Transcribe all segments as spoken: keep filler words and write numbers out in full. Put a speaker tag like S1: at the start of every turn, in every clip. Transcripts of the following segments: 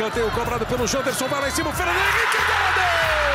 S1: escanteio cobrado pelo Janderson, vai lá em cima, o Fernando Henrique, gol!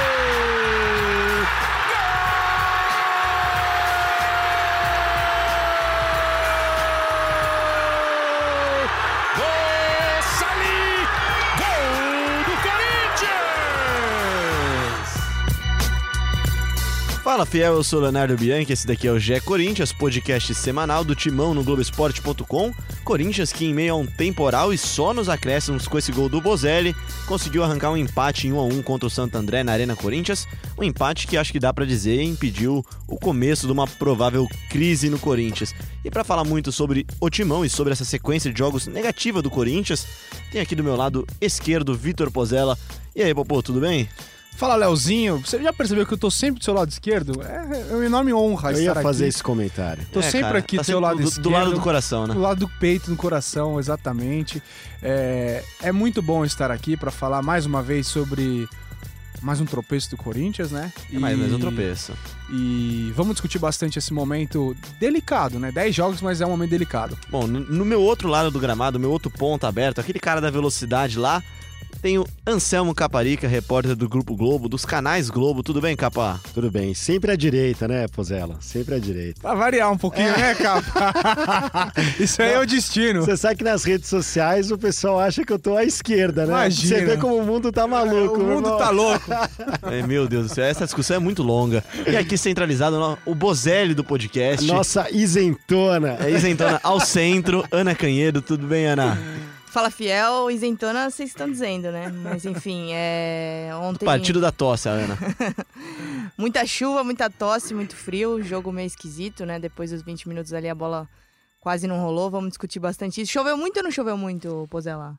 S2: Fala fiel, eu sou Leonardo Bianchi, esse daqui é o G E Corinthians, podcast semanal do Timão no Globo Esporte ponto com. Corinthians que em meio a um temporal e só nos acréscimos com esse gol do Bozelli, conseguiu arrancar um empate em um a um contra o Santo André na Arena Corinthians, um empate que acho que dá pra dizer impediu o começo de uma provável crise no Corinthians. E pra falar muito sobre o Timão e sobre essa sequência de jogos negativa do Corinthians, tem aqui do meu lado esquerdo Vitor Pozella. E aí, Popô, tudo bem?
S3: Fala, Leozinho, você já percebeu que eu tô sempre do seu lado esquerdo? É, é uma enorme honra
S4: eu
S3: estar aqui.
S4: Eu ia fazer esse comentário.
S3: Tô
S2: é,
S3: sempre
S2: cara,
S3: aqui
S2: tá
S3: do seu lado
S2: do,
S3: esquerdo.
S2: Do lado do coração, né?
S3: Do lado do peito, do coração, exatamente. É, é muito bom estar aqui pra falar mais uma vez sobre mais um tropeço do Corinthians, né?
S2: É mais, mais um tropeço.
S3: E vamos discutir bastante esse momento delicado, né? Dez jogos, mas é um momento delicado.
S2: Bom, no, no meu outro lado do gramado, meu outro ponto aberto, aquele cara da velocidade lá, tem o Anselmo Caparica, repórter do Grupo Globo, dos canais Globo. Tudo bem, Capa?
S4: Tudo bem. Sempre à direita, né, Pozella? Sempre à direita.
S3: Pra variar um pouquinho, é. né, Capa? Isso aí Não, é o destino.
S4: Você sabe que nas redes sociais o pessoal acha que eu tô à esquerda, né?
S3: Imagina.
S4: Você vê como o mundo tá maluco.
S3: É, o mundo tá louco.
S2: É, meu Deus do céu, essa discussão é muito longa. E aqui centralizado, o Bozelli do podcast.
S4: Nossa isentona.
S2: É isentona ao centro, Ana Canhedo. Tudo bem, Ana?
S5: Fala fiel, isentona, vocês estão dizendo, né? Mas enfim, é... ontem...
S2: Partido da tosse, Ana.
S5: Muita chuva, muita tosse, muito frio, jogo meio esquisito, né? Depois dos vinte minutos ali a bola quase não rolou, vamos discutir bastante isso. Choveu muito ou não choveu muito, Pozella?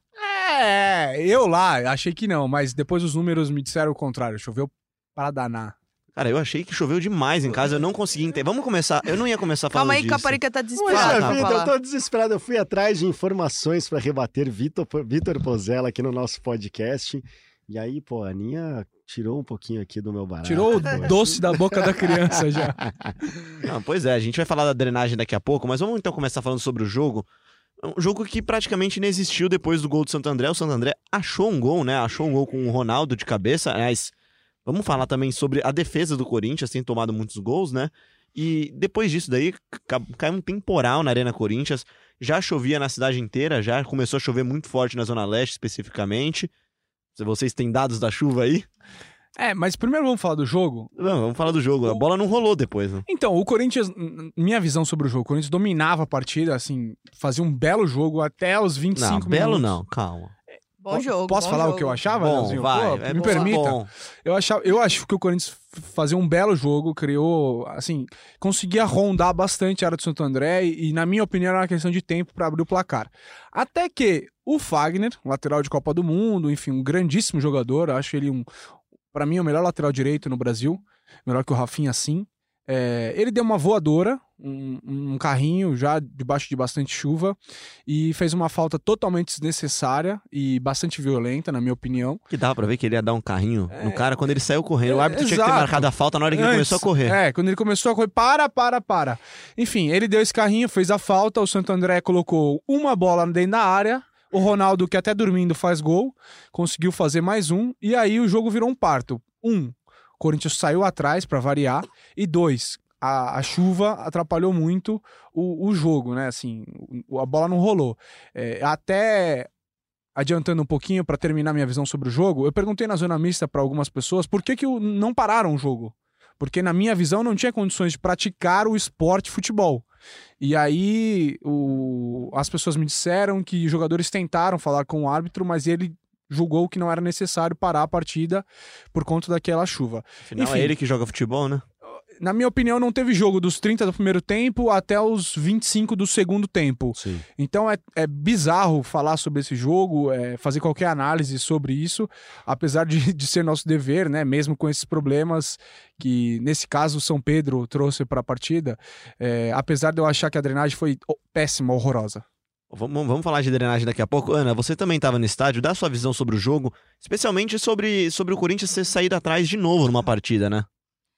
S3: É, eu lá achei que não, mas depois os números me disseram o contrário, choveu para danar.
S2: Cara, eu achei que choveu demais em casa, eu não consegui entender. Vamos começar, eu não ia começar falando
S5: Calma aí,
S2: disso.
S5: Caparica tá desesperado.
S4: Poxa vida, eu tô desesperado. Eu fui atrás de informações pra rebater Vitor, Vitor Pozella aqui no nosso podcast. E aí, pô, a Aninha tirou um pouquinho aqui do meu barato.
S3: Tirou o poxa. doce da boca da criança já.
S2: Não, pois é, a gente vai falar da drenagem daqui a pouco, mas vamos então começar falando sobre o jogo. Um jogo que praticamente não existiu depois do gol do Santo André. O Santo André achou um gol, né? Achou um gol com o Ronaldo de cabeça, aliás... Vamos falar também sobre a defesa do Corinthians, tem tomado muitos gols, né? E depois disso daí, caiu um temporal na Arena Corinthians, já chovia na cidade inteira, já começou a chover muito forte na Zona Leste, especificamente. Se vocês têm dados da chuva aí...
S3: É, mas primeiro vamos falar do jogo?
S2: Não, vamos falar do jogo, a bola não rolou depois, né?
S3: Então, o Corinthians, minha visão sobre o jogo, o Corinthians dominava a partida, assim, fazia um belo jogo até os vinte e cinco minutos.
S2: Não, belo não, calma.
S5: Bom jogo.
S3: Posso
S5: bom
S3: falar
S5: jogo.
S3: o que eu achava,
S2: bom,
S3: Leozinho?
S2: vai,
S3: Pô,
S2: é
S3: me
S2: bom,
S3: permita.
S2: Bom.
S3: Eu, achava, eu acho que o Corinthians fazia um belo jogo, criou, assim, conseguia rondar bastante a área do Santo André e, e, na minha opinião, era uma questão de tempo para abrir o placar. Até que o Fagner, lateral de Copa do Mundo, enfim, um grandíssimo jogador, acho ele um, para mim, o melhor lateral direito no Brasil, melhor que o Rafinha, sim. É, ele deu uma voadora, um, um carrinho já debaixo de bastante chuva e fez uma falta totalmente desnecessária e bastante violenta, na minha opinião.
S2: Que dava pra ver que ele ia dar um carrinho é... no cara quando ele saiu correndo.
S3: É,
S2: o árbitro
S3: exato.
S2: tinha que ter marcado a falta na hora que Antes, ele começou a correr.
S3: É, quando ele começou a correr, para, para, para. Enfim, ele deu esse carrinho, fez a falta, o Santo André colocou uma bola dentro da área, o Ronaldo, que até dormindo faz gol, conseguiu fazer mais um e aí o jogo virou um parto. Um, o Corinthians saiu atrás para variar e dois, A, a chuva atrapalhou muito o, o jogo, né? Assim, o, a bola não rolou. É, até adiantando um pouquinho para terminar minha visão sobre o jogo, eu perguntei na zona mista para algumas pessoas por que, que não pararam o jogo. Porque, na minha visão, não tinha condições de praticar o esporte futebol. E aí, o, as pessoas me disseram que os jogadores tentaram falar com o árbitro, mas ele julgou que não era necessário parar a partida por conta daquela chuva.
S2: Afinal, Enfim, é ele que joga futebol, né?
S3: Na minha opinião, não teve jogo dos trinta do primeiro tempo até os vinte e cinco do segundo tempo.
S2: Sim.
S3: Então é, é bizarro falar sobre esse jogo, é, fazer qualquer análise sobre isso, apesar de, de ser nosso dever, né? Mesmo com esses problemas que, nesse caso, o São Pedro trouxe para a partida, é, apesar de eu achar que a drenagem foi péssima, horrorosa.
S2: Vamos, vamos falar de drenagem daqui a pouco. Ana, você também estava no estádio, dá sua visão sobre o jogo, especialmente sobre, sobre o Corinthians ter saído atrás de novo numa partida, né?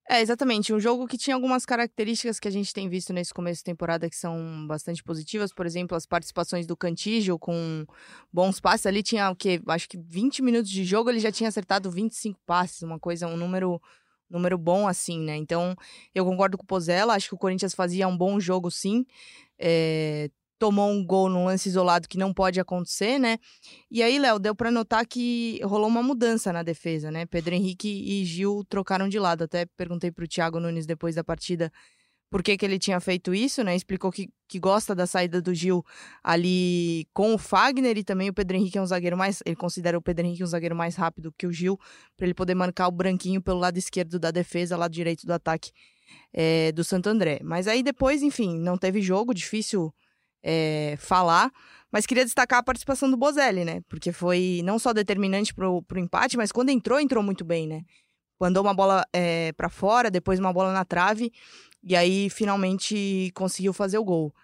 S5: É, exatamente. Um jogo que tinha algumas características que a gente tem visto nesse começo de temporada que são bastante positivas. Por exemplo, as participações do Cantillo com bons passes. Ali tinha o quê? Acho que vinte minutos de jogo, ele já tinha acertado vinte e cinco passes. Uma coisa, um número, número bom assim, né? Então, eu concordo com o Pozzella. Acho que o Corinthians fazia um bom jogo, sim. É... Tomou um gol num lance isolado que não pode acontecer, né? E aí, Léo, deu pra notar que rolou uma mudança na defesa, né? Pedro Henrique e Gil trocaram de lado. Até perguntei pro Thiago Nunes depois da partida por que que ele tinha feito isso, né? Explicou que, que gosta da saída do Gil ali com o Fagner e também o Pedro Henrique é um zagueiro mais... Ele considera o Pedro Henrique um zagueiro mais rápido que o Gil, pra ele poder marcar o branquinho pelo lado esquerdo da defesa, lado direito do ataque é, do Santo André. Mas aí depois, enfim, não teve jogo, difícil... É, falar, mas queria destacar a participação do Bozelli, né? Porque foi não só determinante pro, pro empate, mas quando entrou, entrou muito bem, né? Mandou uma bola é, para fora, depois uma bola na trave, e aí finalmente conseguiu fazer o gol.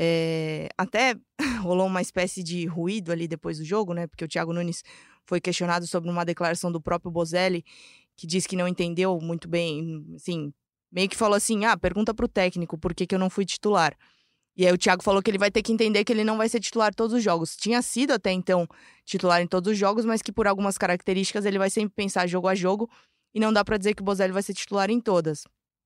S5: É, até rolou uma espécie de ruído ali depois do jogo, né? Porque o Thiago Nunes foi questionado sobre uma declaração do próprio Bozelli, que disse que não entendeu muito bem, assim, meio que falou assim, ah, pergunta pro técnico por que que eu não fui titular. E aí o Thiago falou que ele vai ter que entender que ele não vai ser titular todos os jogos. Tinha sido até então titular em todos os jogos, mas que por algumas características ele vai sempre pensar jogo a jogo e não dá pra dizer que o Bozelli vai ser titular em todas.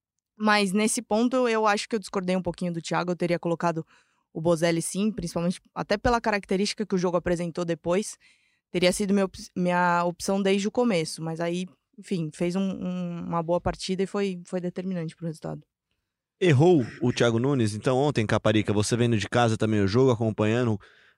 S5: Mas nesse ponto eu acho que eu discordei um pouquinho do Thiago, eu teria colocado o Bozelli sim, principalmente até pela característica que o jogo apresentou depois. Teria sido minha, op- minha opção desde o começo, mas aí, enfim, fez um, um, uma boa partida e foi, foi determinante pro resultado.
S2: Errou o Thiago Nunes, então ontem, Caparica, você vendo de casa também o jogo, acompanhando,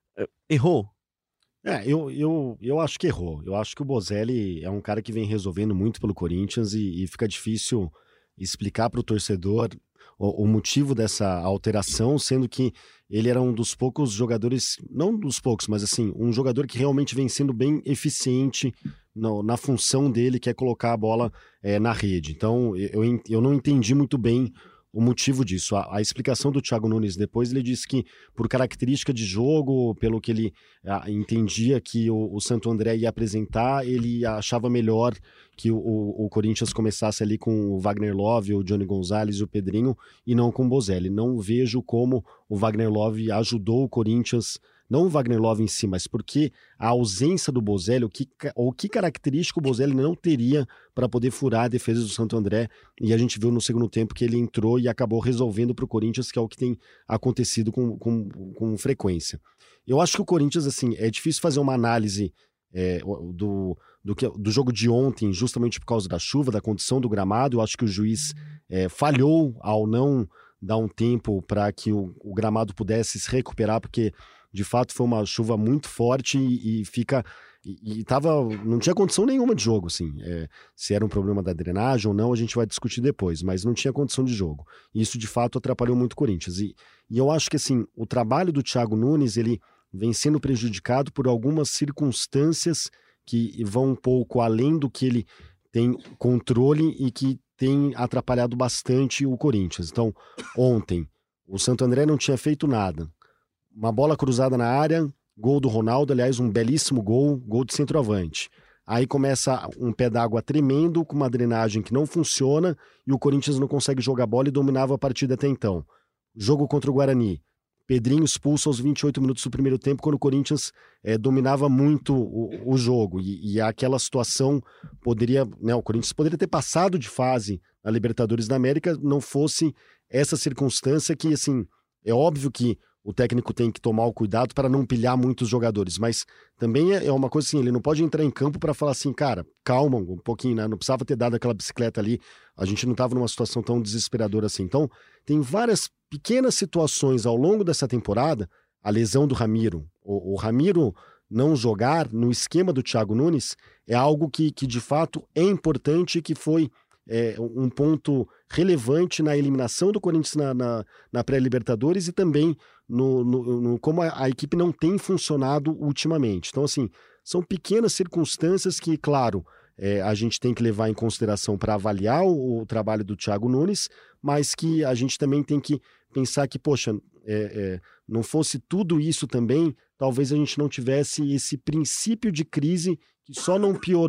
S2: errou?
S4: É, eu, eu, eu acho que errou. Eu acho que o Bozelli é um cara que vem resolvendo muito pelo Corinthians e, e fica difícil explicar para o torcedor o, o motivo dessa alteração, sendo que ele era um dos poucos jogadores, não dos poucos, mas assim, um jogador que realmente vem sendo bem eficiente no, na função dele, que é colocar a bola é, na rede. Então, eu, eu não entendi muito bem o motivo disso. A, a explicação do Thiago Nunes depois, ele disse que por característica de jogo, pelo que ele a, entendia que o, o Santo André ia apresentar, ele achava melhor que o, o, o Corinthians começasse ali com o Wagner Love, o Johnny Gonzalez e o Pedrinho, e não com o Bozelli. Não vejo como o Wagner Love ajudou o Corinthians, não o Wagner Love em si, mas porque a ausência do Bozelli, o que, ou que característica o Bozelli não teria para poder furar a defesa do Santo André, e a gente viu no segundo tempo que ele entrou e acabou resolvendo para o Corinthians, que é o que tem acontecido com, com, com frequência. Eu acho que o Corinthians, assim, é difícil fazer uma análise é, do, do, que, do jogo de ontem, justamente por causa da chuva, da condição do gramado. Eu acho que o juiz é, falhou ao não dar um tempo para que o, o gramado pudesse se recuperar, porque de fato foi uma chuva muito forte e, e fica e, e tava, não tinha condição nenhuma de jogo, assim. É, se era um problema da drenagem ou não, a gente vai discutir depois, mas não tinha condição de jogo. E isso de fato atrapalhou muito o Corinthians. E, e eu acho que assim, o trabalho do Thiago Nunes, ele vem sendo prejudicado por algumas circunstâncias que vão um pouco além do que ele tem controle e que tem atrapalhado bastante o Corinthians. Então, ontem, o Santo André não tinha feito nada. Uma bola cruzada na área, gol do Ronaldo, aliás, um belíssimo gol, gol de centroavante. Aí começa um pé d'água tremendo, com uma drenagem que não funciona, e o Corinthians não consegue jogar bola e dominava a partida até então. Jogo contra o Guarani. Pedrinho expulso aos vinte e oito minutos do primeiro tempo, quando o Corinthians é, dominava muito o, o jogo. E, e aquela situação poderia... Né, o Corinthians poderia ter passado de fase na Libertadores da América, não fosse essa circunstância que, assim, é óbvio que o técnico tem que tomar o cuidado para não pilhar muitos jogadores, mas também é uma coisa assim, ele não pode entrar em campo para falar assim, cara, calma um pouquinho, né? Não precisava ter dado aquela bicicleta ali, a gente não estava numa situação tão desesperadora assim. Então, tem várias pequenas situações ao longo dessa temporada, a lesão do Ramiro, o, o Ramiro não jogar no esquema do Thiago Nunes é algo que, que de fato é importante e que foi É, um ponto relevante na eliminação do Corinthians na, na, na pré-Libertadores e também no, no, no como a, a equipe não tem funcionado ultimamente. Então, assim, são pequenas circunstâncias que, claro, é, a gente tem que levar em consideração para avaliar o, o trabalho do Thiago Nunes, mas que a gente também tem que pensar que, poxa, é, é, não fosse tudo isso também, talvez a gente não tivesse esse princípio de crise que só não piorou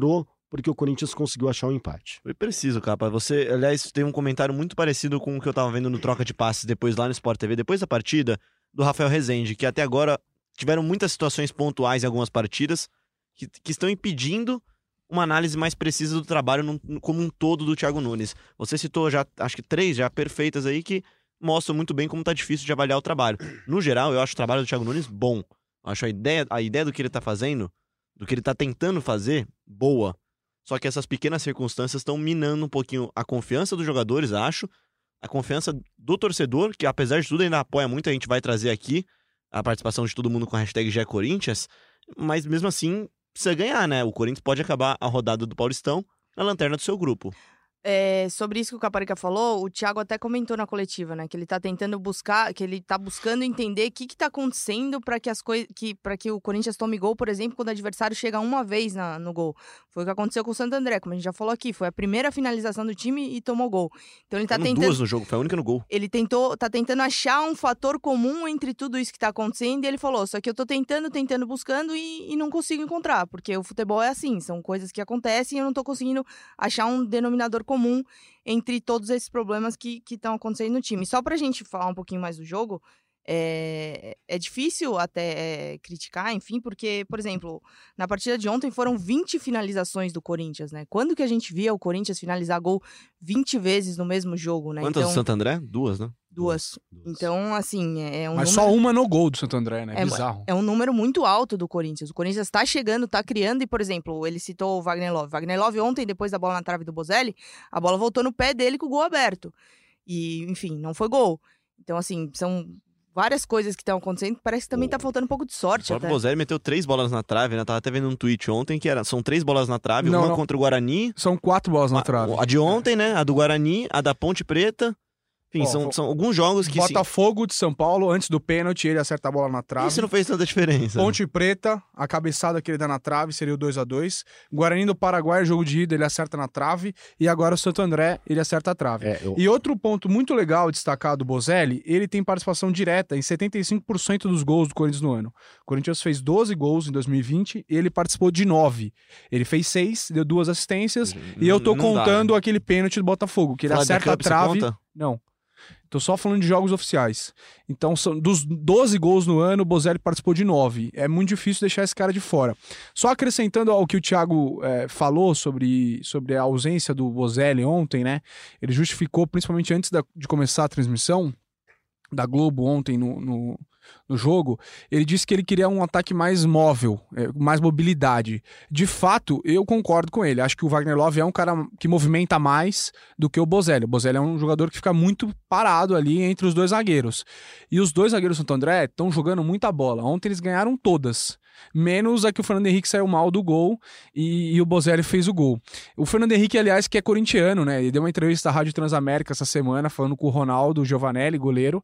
S4: porque o Corinthians conseguiu achar um empate.
S2: Foi preciso, Capa. Você, aliás, tem um comentário muito parecido com o que eu tava vendo no Troca de Passes depois lá no Sport T V, depois da partida, do Rafael Rezende, que até agora tiveram muitas situações pontuais em algumas partidas que, que estão impedindo uma análise mais precisa do trabalho no, como um todo do Thiago Nunes. Você citou já, acho que três já perfeitas aí que mostram muito bem como tá difícil de avaliar o trabalho. No geral, eu acho o trabalho do Thiago Nunes bom. Eu acho a ideia, a ideia do que ele tá fazendo, do que ele tá tentando fazer, boa. Só que essas pequenas circunstâncias estão minando um pouquinho a confiança dos jogadores, acho. A confiança do torcedor, que apesar de tudo ainda apoia muito, a gente vai trazer aqui a participação de todo mundo com a hashtag G E Corinthians. Mas mesmo assim, precisa ganhar, né? O Corinthians pode acabar a rodada do Paulistão na lanterna do seu grupo.
S5: É, sobre isso que o Caparica falou, o Thiago até comentou na coletiva, né? Que ele tá tentando buscar, que ele tá buscando entender o que que tá acontecendo para que as coisas, que, para que o Corinthians tome gol, por exemplo, quando o adversário chega uma vez na, no gol. Foi o que aconteceu com o Santo André, como a gente já falou aqui. Foi a primeira finalização do time e tomou gol. Então ele tá
S2: Foram
S5: tentando.
S2: duas no jogo, foi a única no gol.
S5: Ele tentou, tá tentando achar um fator comum entre tudo isso que tá acontecendo e ele falou, só que eu tô tentando, tentando, buscando e, e não consigo encontrar, porque o futebol é assim, são coisas que acontecem e eu não tô conseguindo achar um denominador comum entre todos esses problemas que estão acontecendo no time. Só pra gente falar um pouquinho mais do jogo, é, é difícil até é, criticar, enfim, porque, por exemplo, na partida de ontem foram vinte finalizações do Corinthians, né? Quando que a gente via o Corinthians finalizar gol vinte vezes no mesmo jogo, né?
S2: Quantas
S5: então,
S2: do Santo André? Duas, né?
S5: Duas.
S4: Duas.
S5: Então, assim, é um
S3: Mas
S5: número...
S3: só uma no gol do Santo André, né?
S5: É,
S3: Bizarro.
S5: É um número muito alto do Corinthians. O Corinthians tá chegando, tá criando e, por exemplo, ele citou o Wagner Love. Wagner Love ontem, depois da bola na trave do Bozelli, a bola voltou no pé dele com o gol aberto. E, enfim, não foi gol. Então, assim, são várias coisas que estão acontecendo. Parece que também tá faltando um pouco de sorte.
S2: O próprio
S5: até.
S2: Bozelli meteu três bolas na trave, né? Tava até vendo um tweet ontem que era, são três bolas na trave,
S3: Não,
S2: uma
S3: não.
S2: contra o Guarani,
S3: São quatro bolas na trave.
S2: a, a de ontem, né? A do Guarani, a da Ponte Preta. Enfim,
S3: Ó,
S2: são,
S3: vo-
S2: são alguns jogos que sim,
S3: Botafogo de São Paulo, antes do pênalti, ele acerta a bola na trave.
S2: isso não fez tanta diferença.
S3: Ponte Preta, a cabeçada que ele dá na trave seria o dois a dois. Guarani do Paraguai, jogo de ida, ele acerta na trave. E agora o Santo André, ele acerta a trave.
S4: É, eu-
S3: E outro ponto muito legal destacar do Bozelli, ele tem participação direta em setenta e cinco por cento dos gols do Corinthians no ano. O Corinthians fez doze gols em dois mil e vinte e ele participou de nove. Ele fez seis, deu duas assistências. E eu tô
S2: Não dá,
S3: contando
S2: né?
S3: aquele pênalti do Botafogo, que ele
S2: Flávia
S3: acerta a
S2: Cup, você
S3: trave.
S2: conta?
S3: Não. Tô só falando de jogos oficiais. Então, são, dos doze gols no ano, o Bozelli participou de nove. É muito difícil deixar esse cara de fora. Só acrescentando ao que o Thiago é, falou sobre, sobre a ausência do Bozelli ontem, né? Ele justificou, principalmente antes da- de começar a transmissão da Globo ontem no, no, no jogo, ele disse que ele queria um ataque mais móvel, é, mais mobilidade. De fato, eu concordo com ele. Acho que o Wagner Love é um cara que movimenta mais do que o Bozelli. O Bozelli é um jogador que fica muito parado ali entre os dois zagueiros. E os dois zagueiros do Santo André estão jogando muita bola. Ontem eles ganharam todas. Menos a que o Fernando Henrique saiu mal do gol e, e o Bozelli fez o gol. O Fernando Henrique, aliás, que é corintiano, né? Ele deu uma entrevista à Rádio Transamérica essa semana, falando com o Ronaldo Giovanelli, goleiro,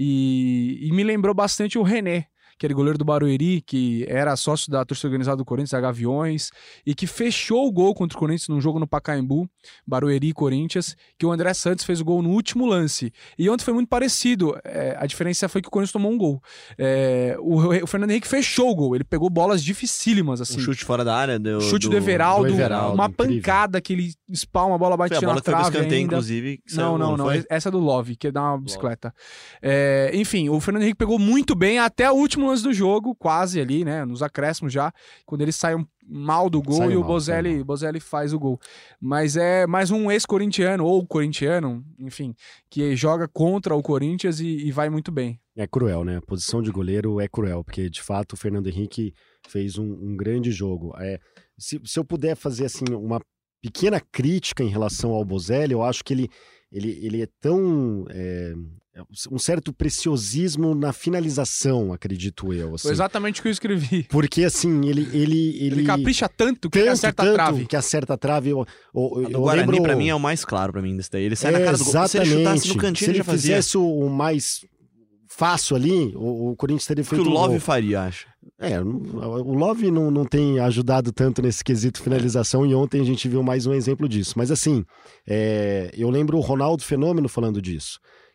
S3: e, e me lembrou bastante o René, aquele goleiro do Barueri, que era sócio da torcida organizada do Corinthians, da Gaviões, e que fechou o gol contra o Corinthians num jogo no Pacaembu, Barueri e Corinthians, que o André Santos fez o gol no último lance. E ontem foi muito parecido, é, a diferença foi que o Corinthians tomou um gol. É, o, o Fernando Henrique fechou o gol, ele pegou bolas dificílimas, assim.
S2: Um chute fora da área. Deu,
S3: Chute do, Everaldo,
S4: do Everaldo,
S3: uma
S4: incrível.
S3: pancada que ele espalma, a bola bate
S2: Foi a
S3: na
S2: bola que foi pro
S3: trave
S2: escanteio,
S3: ainda.
S2: inclusive. que
S3: Não,
S2: saiu,
S3: não, não.
S2: foi?
S3: Essa é do Love, que é dar uma bicicleta. É, enfim, o Fernando Henrique pegou muito bem até o último lance do jogo, quase ali, né? Nos acréscimos já, quando ele sai um mal do gol
S4: Sai
S3: e o
S4: mal,
S3: Bozelli,
S4: sai mal.
S3: Bozelli faz o gol. Mas é mais um ex-corintiano, ou corintiano, enfim, que joga contra o Corinthians e, e vai muito bem.
S4: É cruel, né? A posição de goleiro é cruel, porque de fato o Fernando Henrique fez um, um grande jogo. É, se, se eu puder fazer assim uma pequena crítica em relação ao Bozelli, eu acho que ele, ele, ele é tão... É, um certo preciosismo na finalização, acredito eu. Assim.
S3: Foi exatamente o que eu escrevi.
S4: Porque assim, ele... Ele, ele,
S3: Ele capricha tanto que
S4: tanto,
S3: ele acerta
S4: tanto
S3: a trave.
S4: que acerta a trave. Eu, eu,
S2: A
S4: eu
S2: do Guarani,
S4: lembro...
S2: pra mim, é o mais claro pra mim desse daí. Ele sai
S4: É,
S2: na cara do gol. Se ele chutasse no
S4: exatamente.
S2: cantinho,
S4: Se
S2: ele
S4: ele
S2: já fazia.
S4: fizesse o, o mais fácil ali, o, o Corinthians teria
S2: O que
S4: feito
S2: o
S4: um
S2: Love
S4: gol.
S2: faria, acho.
S4: É, o Love não, não tem ajudado tanto nesse quesito finalização e ontem a gente viu mais um exemplo disso. Mas assim, é, eu lembro o Ronaldo Fenômeno falando disso,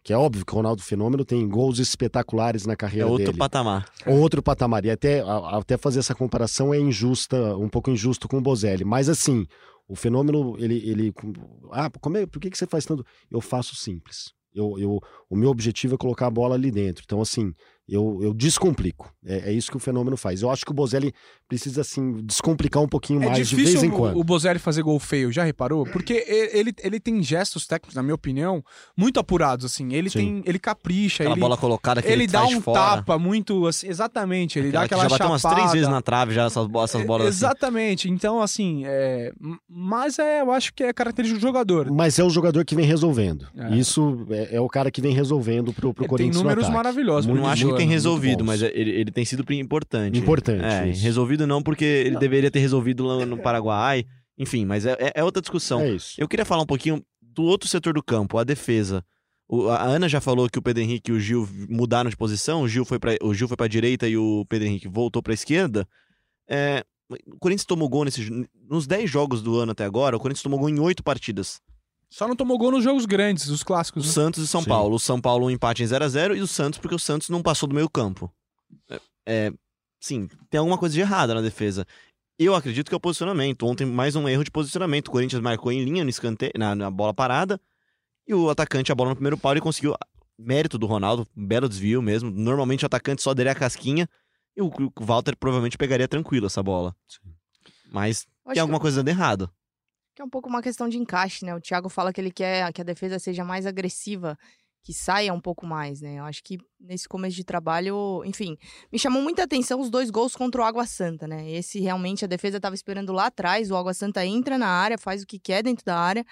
S4: Que é óbvio que o Ronaldo Fenômeno tem gols espetaculares na
S2: É
S4: carreira
S2: outro
S4: dele.
S2: patamar.
S4: Outro patamar. E até, a- até fazer essa comparação é injusta, um pouco injusto com o Bozelli. Mas assim, o Fenômeno, ele... ele ah, como é, por que, que você faz tanto? Eu faço simples. Eu, eu, o meu objetivo é colocar a bola ali dentro. Então, assim, eu, eu descomplico. É, é isso que o Fenômeno faz. Eu acho que o Bozelli precisa, assim, descomplicar um pouquinho
S3: É
S4: mais de
S3: difícil
S4: vez em
S3: o-
S4: quando.
S3: o Bozelli fazer gol feio, já reparou? Porque e- ele, ele tem gestos técnicos, na minha opinião, muito apurados, assim. Ele
S4: Sim.
S3: tem, ele capricha,
S2: Aquela
S3: ele,
S2: bola colocada que ele,
S3: ele dá
S2: faz
S3: um
S2: de fora.
S3: tapa muito, assim, exatamente, ele
S2: Aquela
S3: dá
S2: que
S3: aquela
S2: já bateu
S3: chapada.
S2: umas três vezes na trave já, essas, bo- essas bolas
S3: É,
S2: assim.
S3: exatamente, então assim, é... m- mas é, eu acho que é característica do jogador.
S4: Mas é o jogador que vem resolvendo.
S3: É.
S4: Isso é, é o cara que vem resolvendo pro, pro
S3: Ele tem
S4: Corinthians no
S3: números
S4: ataque.
S3: maravilhosos.
S2: Eu
S3: pro
S2: não acho que
S3: início
S2: tem
S3: do ano.
S2: resolvido,
S4: bons.
S2: mas ele, ele tem sido importante.
S4: Importante,
S2: É,
S4: isso.
S2: resolvido não porque ele deveria ter resolvido lá no Paraguai. Enfim, mas é, é- é outra discussão.
S4: É isso.
S2: Eu queria falar um pouquinho do outro setor do campo, a defesa. O- a Ana já falou que o Pedro Henrique e o Gil mudaram de posição, o Gil foi pra, o Gil foi pra direita e o Pedro Henrique voltou pra esquerda. É, o Corinthians tomou gol nesses, nos dez jogos do ano até agora, o Corinthians tomou gol em oito partidas.
S3: Só não tomou gol nos jogos grandes, os
S2: O
S3: clássicos. né?
S2: Santos e São
S4: Sim.
S2: Paulo. O São Paulo um empate em zero a zero e o Santos porque o Santos não passou do meio campo. É, é, sim, tem alguma coisa de errada na defesa. Eu acredito que é o posicionamento. Ontem mais um erro de posicionamento. O Corinthians marcou em linha no escanteio, na, na bola parada e o atacante a bola no primeiro pau e conseguiu mérito do Ronaldo, um belo desvio mesmo. Normalmente o atacante só daria a casquinha e o, o Walter provavelmente pegaria tranquilo essa bola. Mas
S5: Acho
S2: tem alguma coisa de errado.
S5: que é um pouco uma questão de encaixe, né? O Thiago fala que ele quer que a defesa seja mais agressiva, que saia um pouco mais, né? Eu acho que nesse começo de trabalho, enfim, me chamou muita atenção os dois gols contra o Água Santa, né? Esse realmente a defesa estava esperando lá atrás, o Água Santa entra na área, faz o que quer dentro da área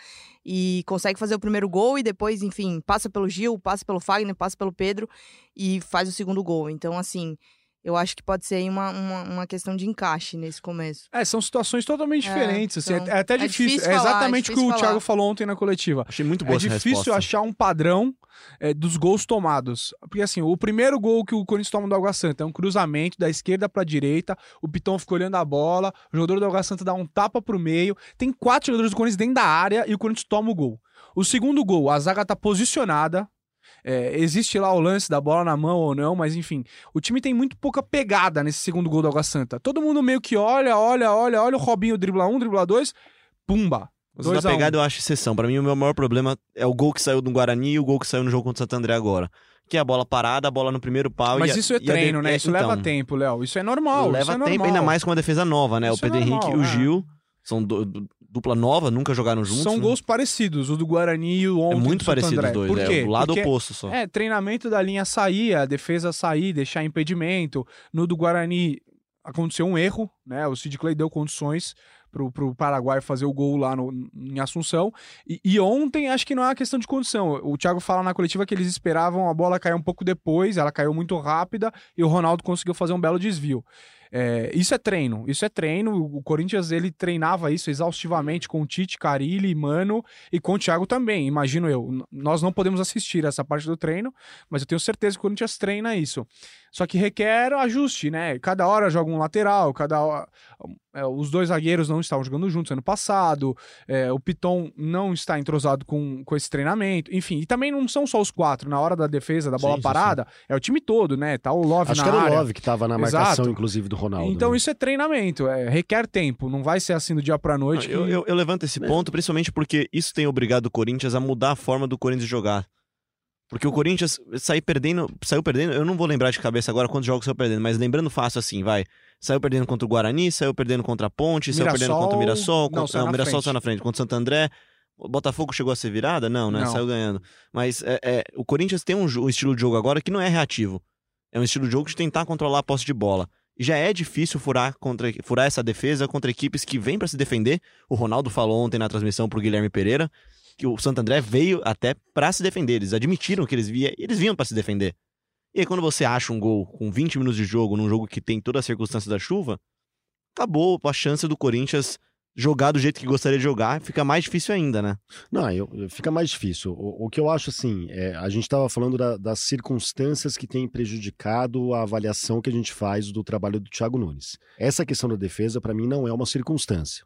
S5: e consegue fazer o primeiro gol e depois, enfim, passa pelo Gil, passa pelo Fagner, passa pelo Pedro e faz o segundo gol. Então, assim, eu acho que pode ser aí uma, uma, uma questão de encaixe nesse começo.
S3: É, são situações totalmente
S5: É,
S3: diferentes. Assim,
S5: então,
S3: é até
S5: é
S3: difícil.
S5: difícil
S3: é
S5: falar,
S3: exatamente
S5: é
S3: o que o
S5: difícil
S3: Thiago
S5: falar.
S3: falou ontem na coletiva.
S2: Achei muito boa
S3: É
S2: essa
S3: difícil
S2: resposta.
S3: achar um padrão é, dos gols tomados. Porque assim, o primeiro gol que o Corinthians toma do Água Santa é um cruzamento da esquerda pra direita, o Piton fica olhando a bola, o jogador do Água Santa dá um tapa pro meio, tem quatro jogadores do Corinthians dentro da área e o Corinthians toma o gol. O segundo gol, a zaga tá posicionada, é, existe lá o lance da bola na mão ou não, mas enfim, o time tem muito pouca pegada nesse segundo gol do Água Santa. Todo mundo meio que olha, olha, olha, olha o Robinho dribla um, dribla dois, pumba.
S2: Mas
S3: dois
S2: da
S3: a um.
S2: pegada eu acho exceção. Pra mim, o meu maior problema é o gol que saiu do Guarani e o gol que saiu no jogo contra o Santo André agora. Que é a bola parada, a bola no primeiro pau.
S3: Mas
S2: e a-
S3: isso é
S2: e a
S3: treino,
S2: de-
S3: né?
S2: é,
S3: Isso
S2: então,
S3: leva tempo, Léo. Isso é normal.
S2: Leva
S3: isso é
S2: tempo,
S3: normal.
S2: ainda mais com uma defesa nova, né?
S3: Isso
S2: o Pedro
S3: é normal,
S2: Henrique e o
S3: é.
S2: Gil são du- du- dupla nova, nunca jogaram juntos.
S3: São
S2: né?
S3: gols parecidos, o do Guarani e o
S2: É
S3: ontem
S2: muito
S3: do Santo
S2: parecido
S3: André.
S2: os dois,
S3: Por
S2: é
S3: quê?
S2: o lado
S3: Porque
S2: oposto só.
S3: É, treinamento da linha sair, a defesa sair, deixar impedimento. No do Guarani aconteceu um erro, né? O Sid Clay deu condições pro, pro Paraguai fazer o gol lá no, em Assunção. E, e ontem acho que não é uma questão de condição. O Thiago fala na coletiva que eles esperavam a bola cair um pouco depois, ela caiu muito rápida e o Ronaldo conseguiu fazer um belo desvio. É, isso é treino, isso é treino. O Corinthians ele treinava isso exaustivamente com o Tite, Carille, Mano e com o Thiago também, imagino eu. N- Nós não podemos assistir essa parte do treino, mas eu tenho certeza que o Corinthians treina isso. Só que requer ajuste, né? Cada hora joga um lateral, cada hora... é, os dois zagueiros não estavam jogando juntos ano passado, é, o Piton não está entrosado com, com esse treinamento, enfim. E também não são só os quatro, na hora da defesa, da bola
S4: Sim, sim,
S3: parada, é o time todo, né? Tá o Love
S4: Acho
S3: na
S4: que era
S3: área.
S4: o Love que tava na marcação,
S3: Exato.
S4: inclusive, do Ronaldo.
S3: Então
S4: né?
S3: isso é treinamento, é, requer tempo, não vai ser assim do dia pra noite. que-
S2: Eu, eu- eu levanto esse ponto principalmente porque isso tem obrigado o Corinthians a mudar a forma do Corinthians jogar. Porque o Corinthians sair perdendo, saiu perdendo, eu não vou lembrar de cabeça agora quantos jogos saiu perdendo, mas lembrando fácil assim, vai. Saiu perdendo contra o Guarani, saiu perdendo contra a Ponte, saiu perdendo
S3: Mirassol-
S2: contra o Mirassol,
S3: não,
S2: contra,
S3: saiu
S2: não,
S3: na
S2: o Mirassol
S3: frente.
S2: saiu na frente, contra o Santo André. O Botafogo chegou a ser virada? Não, né?
S3: Não.
S2: Saiu ganhando. Mas é, é, o Corinthians tem um, jo- um estilo de jogo agora que não é reativo. É um estilo de jogo de tentar controlar a posse de bola. E já é difícil furar, contra, furar essa defesa contra equipes que vêm pra se defender. O Ronaldo falou ontem na transmissão pro Guilherme Pereira que o Santo André veio até pra se defender. Eles admitiram que eles, via, eles vinham pra se defender. E aí quando você acha um gol com vinte minutos de jogo, num jogo que tem toda a circunstância da chuva, acabou a chance do Corinthians jogar do jeito que gostaria de jogar. Fica mais difícil ainda, né?
S4: Não, eu, eu- fica mais difícil. O, o que eu acho, assim, é, a gente estava falando da- das circunstâncias que têm prejudicado a avaliação que a gente faz do trabalho do Thiago Nunes. Essa questão da defesa, para mim, não é uma circunstância.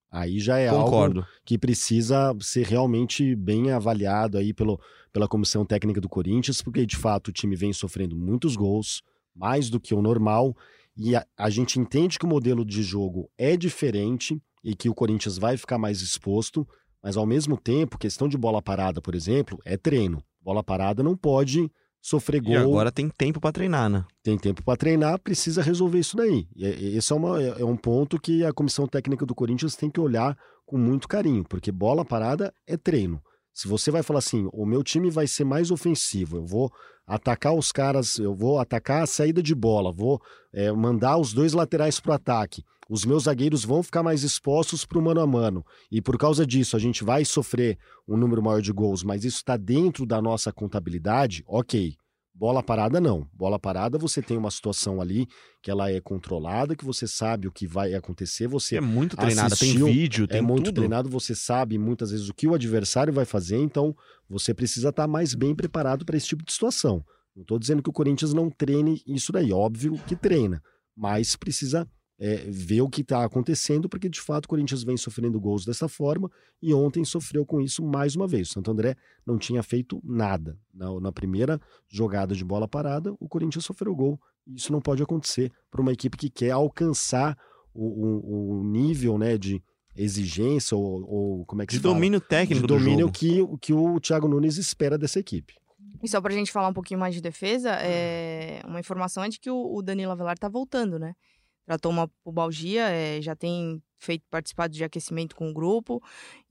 S4: Aí já é
S2: Concordo.
S4: algo que precisa ser realmente bem avaliado aí pelo, pela comissão técnica do Corinthians, porque de fato o time vem sofrendo muitos gols, mais do que o normal, e a, a gente entende que o modelo de jogo é diferente e que o Corinthians vai ficar mais exposto, mas ao mesmo tempo, questão de bola parada, por exemplo, é treino. Bola parada não pode sofrer gol.
S2: E agora tem tempo para treinar, né?
S4: Tem tempo para treinar, precisa resolver isso daí. E esse é, uma, é um ponto que a comissão técnica do Corinthians tem que olhar com muito carinho, porque bola parada é treino. Se você vai falar assim, o meu time vai ser mais ofensivo, eu vou atacar os caras, eu vou atacar a saída de bola, vou é, mandar os dois laterais para o ataque, os meus zagueiros vão ficar mais expostos para o mano a mano, e por causa disso a gente vai sofrer um número maior de gols, mas isso está dentro da nossa contabilidade, ok. Bola parada não. Bola parada você tem uma situação ali que ela é controlada, que você sabe o que vai acontecer, você
S2: é muito treinada,
S4: assistiu,
S2: tem vídeo, tem
S4: é muito
S2: tudo.
S4: treinado, você sabe muitas vezes o que o adversário vai fazer, então você precisa estar mais bem preparado para esse tipo de situação. Não estou dizendo que o Corinthians não treine isso daí, óbvio que treina, mas precisa é, ver o que está acontecendo, porque de fato o Corinthians vem sofrendo gols dessa forma e ontem sofreu com isso mais uma vez. O Santo André não tinha feito nada. Na, na primeira jogada de bola parada, o Corinthians sofreu gol. E isso não pode acontecer para uma equipe que quer alcançar o, o, o nível, né, de exigência ou, ou como é que
S2: De
S4: se fala?
S2: domínio técnico
S4: de
S2: do
S4: domínio
S2: jogo.
S4: que, que o Thiago Nunes espera dessa equipe.
S5: E só pra gente falar um pouquinho mais de defesa, é... uma informação é de que o, o Danilo Avelar tá voltando, né? Tratou uma pubalgia, é, já tem feito participado de aquecimento com o grupo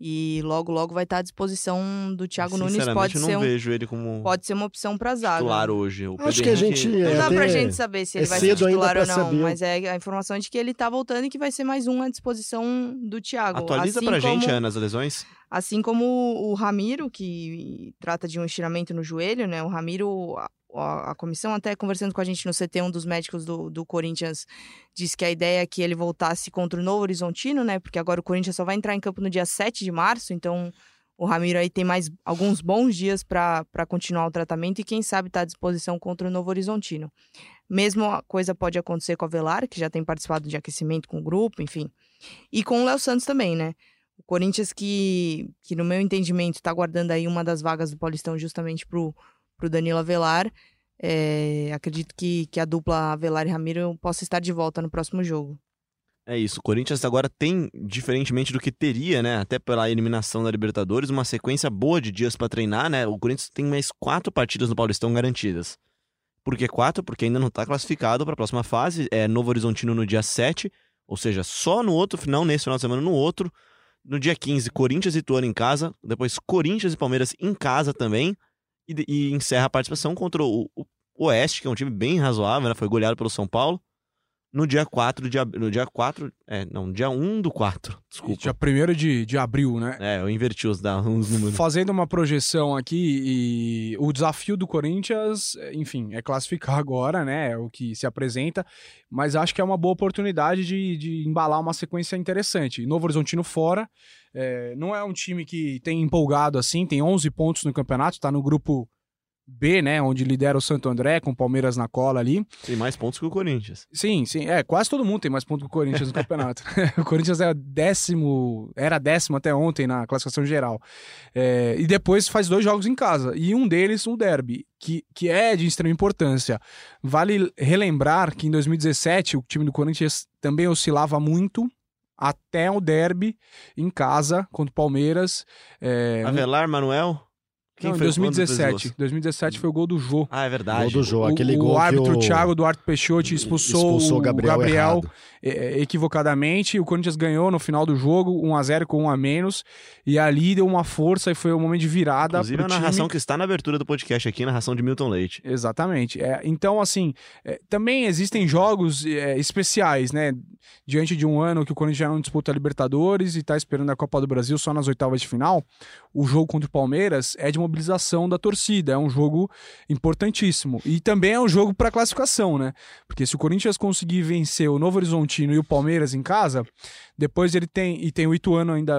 S5: e logo, logo vai estar à disposição do Thiago Nunes. Pode
S2: eu não
S5: ser, um,
S2: vejo ele como
S5: pode ser uma opção pra zaga.
S2: titular hoje. O
S4: Acho
S2: Pedro
S4: que a
S2: Henrique-
S4: gente
S5: Não
S4: é
S5: dá
S4: até-
S5: pra gente saber se ele
S4: é
S5: vai ser
S4: cedo ainda
S5: titular
S4: pra
S5: ou não,
S4: saber.
S5: mas é a informação é de que ele tá voltando e que vai ser mais um à disposição do Thiago.
S2: Atualiza
S5: assim
S2: pra
S5: como,
S2: gente, Ana, as lesões.
S5: Assim como o Ramiro, que trata de um estiramento no joelho, né? O Ramiro, a, a, a comissão até conversando com a gente no C T, um dos médicos do, do Corinthians disse que a ideia é que ele voltasse contra o Novo Horizontino, né? Porque agora o Corinthians só vai entrar em campo no dia sete de março, então o Ramiro aí tem mais alguns bons dias para continuar o tratamento e quem sabe tá à disposição contra o Novo Horizontino. Mesma coisa pode acontecer com a Avelar, que já tem participado de aquecimento com o grupo, enfim. E com o Léo Santos também, né? O Corinthians que, que no meu entendimento, está guardando aí uma das vagas do Paulistão justamente pro, pro Danilo Avelar. É, acredito que, que a dupla Avelar e Ramiro possa estar de volta no próximo jogo.
S2: É isso, o Corinthians agora tem, diferentemente do que teria, né, até pela eliminação da Libertadores, uma sequência boa de dias para treinar, né? O Corinthians tem mais quatro partidas no Paulistão garantidas. Por que quatro? Porque ainda não está classificado para a próxima fase. É Novo Horizontino no dia sete, ou seja, só no outro, não nesse final de semana, no outro. No dia quinze, Corinthians e Ituano em casa. Depois, Corinthians e Palmeiras em casa também. E, e encerra a participação contra o, o Oeste, que é um time bem razoável, né? Foi goleado pelo São Paulo. No dia quatro de abril. No dia quatro. É, não, dia um do quatro. Desculpa.
S3: Dia primeiro de, de abril, né?
S2: É, eu inverti os, da, os números.
S3: Fazendo uma projeção aqui, e o desafio do Corinthians, enfim, é classificar agora, né? É o que se apresenta, mas acho que é uma boa oportunidade de, de embalar uma sequência interessante. Novo Horizontino fora, é, não é um time que tem empolgado assim, tem onze pontos no campeonato, está no grupo B, né, onde lidera o Santo André, com o Palmeiras na cola ali.
S2: Tem mais pontos que o Corinthians.
S3: Sim, sim, é, quase todo mundo tem mais pontos que o Corinthians no campeonato. O Corinthians era décimo, era décimo até ontem na classificação geral. É, e depois faz dois jogos em casa, e um deles um derby, que, que é de extrema importância. Vale relembrar que em dois mil e dezessete o time do Corinthians também oscilava muito, até o derby em casa contra o Palmeiras. É,
S2: Avelar, Manuel... Quem
S3: Não, em
S2: foi
S3: dois mil e
S2: quando fez
S3: dezessete.
S2: gols?
S3: dois mil e dezessete foi o gol do Jô.
S2: Ah, é verdade.
S4: Gol do Jô,
S3: O,
S4: aquele
S3: o
S4: gol
S3: árbitro
S4: que o
S3: Thiago Duarte Peixoto expulsou,
S4: expulsou
S3: o
S4: Gabriel
S3: Gabriel,
S4: errado.
S3: é, equivocadamente. O Corinthians ganhou no final do jogo, um a zero com um a menos. E ali deu uma força e foi um momento de virada.
S2: Inclusive
S3: pro
S2: a narração
S3: time.
S2: que está na abertura do podcast aqui, a narração de Milton Leite.
S3: Exatamente. É, então, assim, é, também existem jogos é, especiais, né? Diante de um ano que o Corinthians já não disputa a Libertadores e está esperando a Copa do Brasil só nas oitavas de final, o jogo contra o Palmeiras é de mobilização da torcida, é um jogo importantíssimo. E também é um jogo para classificação, né? Porque se o Corinthians conseguir vencer o Novo Horizontino e o Palmeiras em casa, depois ele tem, e tem o Ituano ainda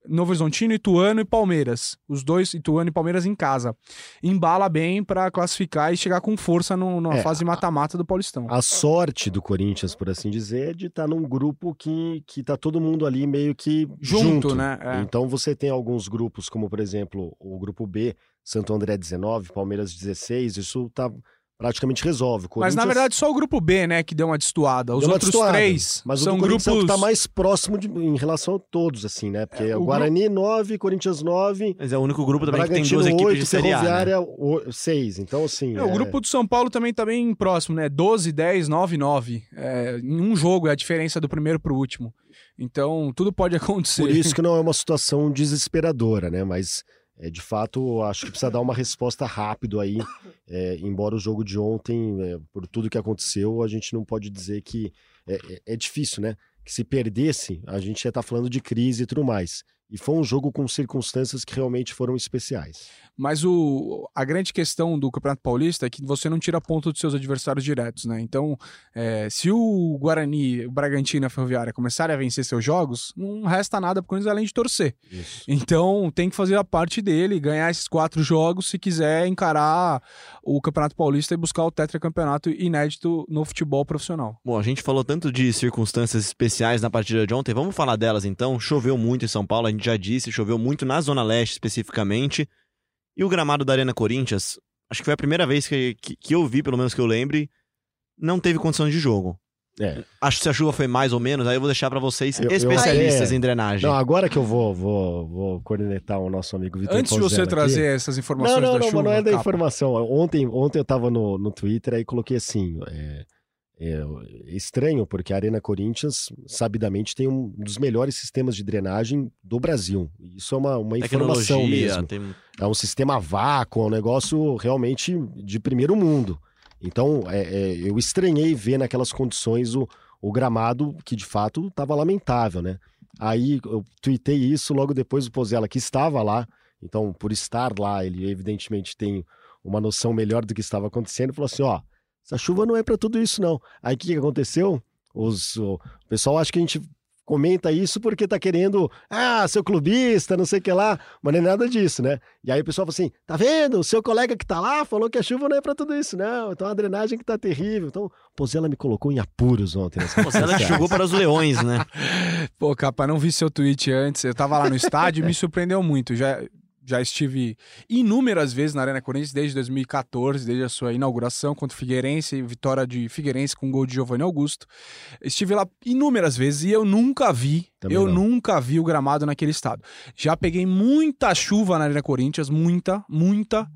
S3: Novo Horizontino, Ituano e Palmeiras. Os dois, Ituano e Palmeiras em casa. Embala bem para classificar e chegar com força no, na
S4: É,
S3: fase mata-mata do Paulistão.
S4: A sorte do Corinthians, por assim dizer, é de estar num grupo que, que tá todo mundo ali meio que
S3: Junto,
S4: junto.
S3: né? É.
S4: Então você tem alguns grupos, como por exemplo o grupo B, Santo André dezenove, Palmeiras dezesseis, isso tá praticamente resolve. O
S3: Mas na
S4: Corinthians
S3: verdade só o grupo B, né, que deu uma destoada. Os
S4: deu uma
S3: outros
S4: destoada,
S3: três
S4: mas
S3: são
S4: o do Corinthians
S3: grupos...
S4: é o que tá mais próximo de- em relação a todos, assim, né? Porque
S3: É,
S4: o
S3: o
S4: Guarani nove, Corinthians nove,
S2: Mas é o único grupo também que tem
S4: Bragantino
S2: duas equipes
S4: oito,
S2: de Série A, né?
S4: Ferroviária seis. Então, assim.
S3: É, o grupo do São Paulo também tá bem próximo, né? doze, dez, nove, nove. É, em um jogo é a diferença do primeiro pro último. Então, tudo pode acontecer.
S4: Por isso que não é uma situação desesperadora, né? Mas, é, de fato, acho que precisa dar uma resposta rápido aí. É, embora o jogo de ontem, é, por tudo que aconteceu, a gente não pode dizer que... É, é- é difícil, né? Que se perdesse, a gente ia estar falando de crise e tudo mais. E foi um jogo com circunstâncias que realmente foram especiais.
S3: Mas o, a grande questão do Campeonato Paulista é que você não tira ponto dos seus adversários diretos, né? Então, é, se o Guarani, o Bragantino e a Ferroviária começarem a vencer seus jogos, não resta nada pro Corinthians além de torcer.
S4: Isso.
S3: Então, tem que fazer a parte dele, ganhar esses quatro jogos se quiser encarar o Campeonato Paulista e buscar o tetracampeonato inédito no futebol profissional.
S2: Bom, a gente falou tanto de circunstâncias especiais na partida de ontem, vamos falar delas então. Choveu muito em São Paulo, a gente já disse, choveu muito na Zona Leste especificamente. E o gramado da Arena Corinthians, acho que foi a primeira vez que, que, que eu vi, pelo menos que eu lembre, não teve condições de jogo.
S4: É.
S2: Acho que se a chuva foi mais ou menos, aí eu vou deixar pra vocês,
S4: Eu- eu
S2: especialistas
S4: até-
S2: em drenagem.
S4: Não, agora que eu vou, vou, vou cornetar o nosso amigo Vitor
S3: Antes de
S4: Ponzella
S3: você
S4: aqui.
S3: trazer essas informações
S4: Não, não,
S3: da
S4: não,
S3: chuva,
S4: mas não é da
S3: capa.
S4: informação. Ontem, ontem eu tava no, no Twitter, aí coloquei assim, é, é estranho, porque a Arena Corinthians, sabidamente, tem um dos melhores sistemas de drenagem do Brasil. Isso é uma, uma informação
S2: Tecnologia,
S4: mesmo.
S2: tem...
S4: É um sistema a vácuo, é um negócio realmente de primeiro mundo. Então, é, é, eu estranhei ver naquelas condições o, o gramado, que de fato estava lamentável, né? Aí eu tuitei isso, logo depois o Pozella, que estava lá, então por estar lá, ele evidentemente tem uma noção melhor do que estava acontecendo, falou assim, ó, essa chuva não é para tudo isso não. Aí o que, que aconteceu? Os, o pessoal acha que a gente comenta isso porque tá querendo, ah, seu clubista, não sei o que lá, mas não é nada disso, né? E aí o pessoal fala assim, tá vendo? O seu colega que tá lá falou que a chuva não é pra tudo isso, não. Então a drenagem que tá terrível. Então, o Pozella me colocou em apuros ontem. Nessa
S2: Pô, ela jogou para os leões, né?
S3: Pô, capa, não vi seu tweet antes. Eu tava lá no estádio e me surpreendeu muito. Já, já estive inúmeras vezes na Arena Corinthians desde dois mil e quatorze, desde a sua inauguração contra o Figueirense, vitória de Figueirense com gol de Giovanni Augusto. Estive lá inúmeras vezes e eu nunca vi,
S4: Também
S3: eu
S4: não.
S3: nunca vi o gramado naquele estado. Já peguei muita chuva na Arena Corinthians, muita, muita.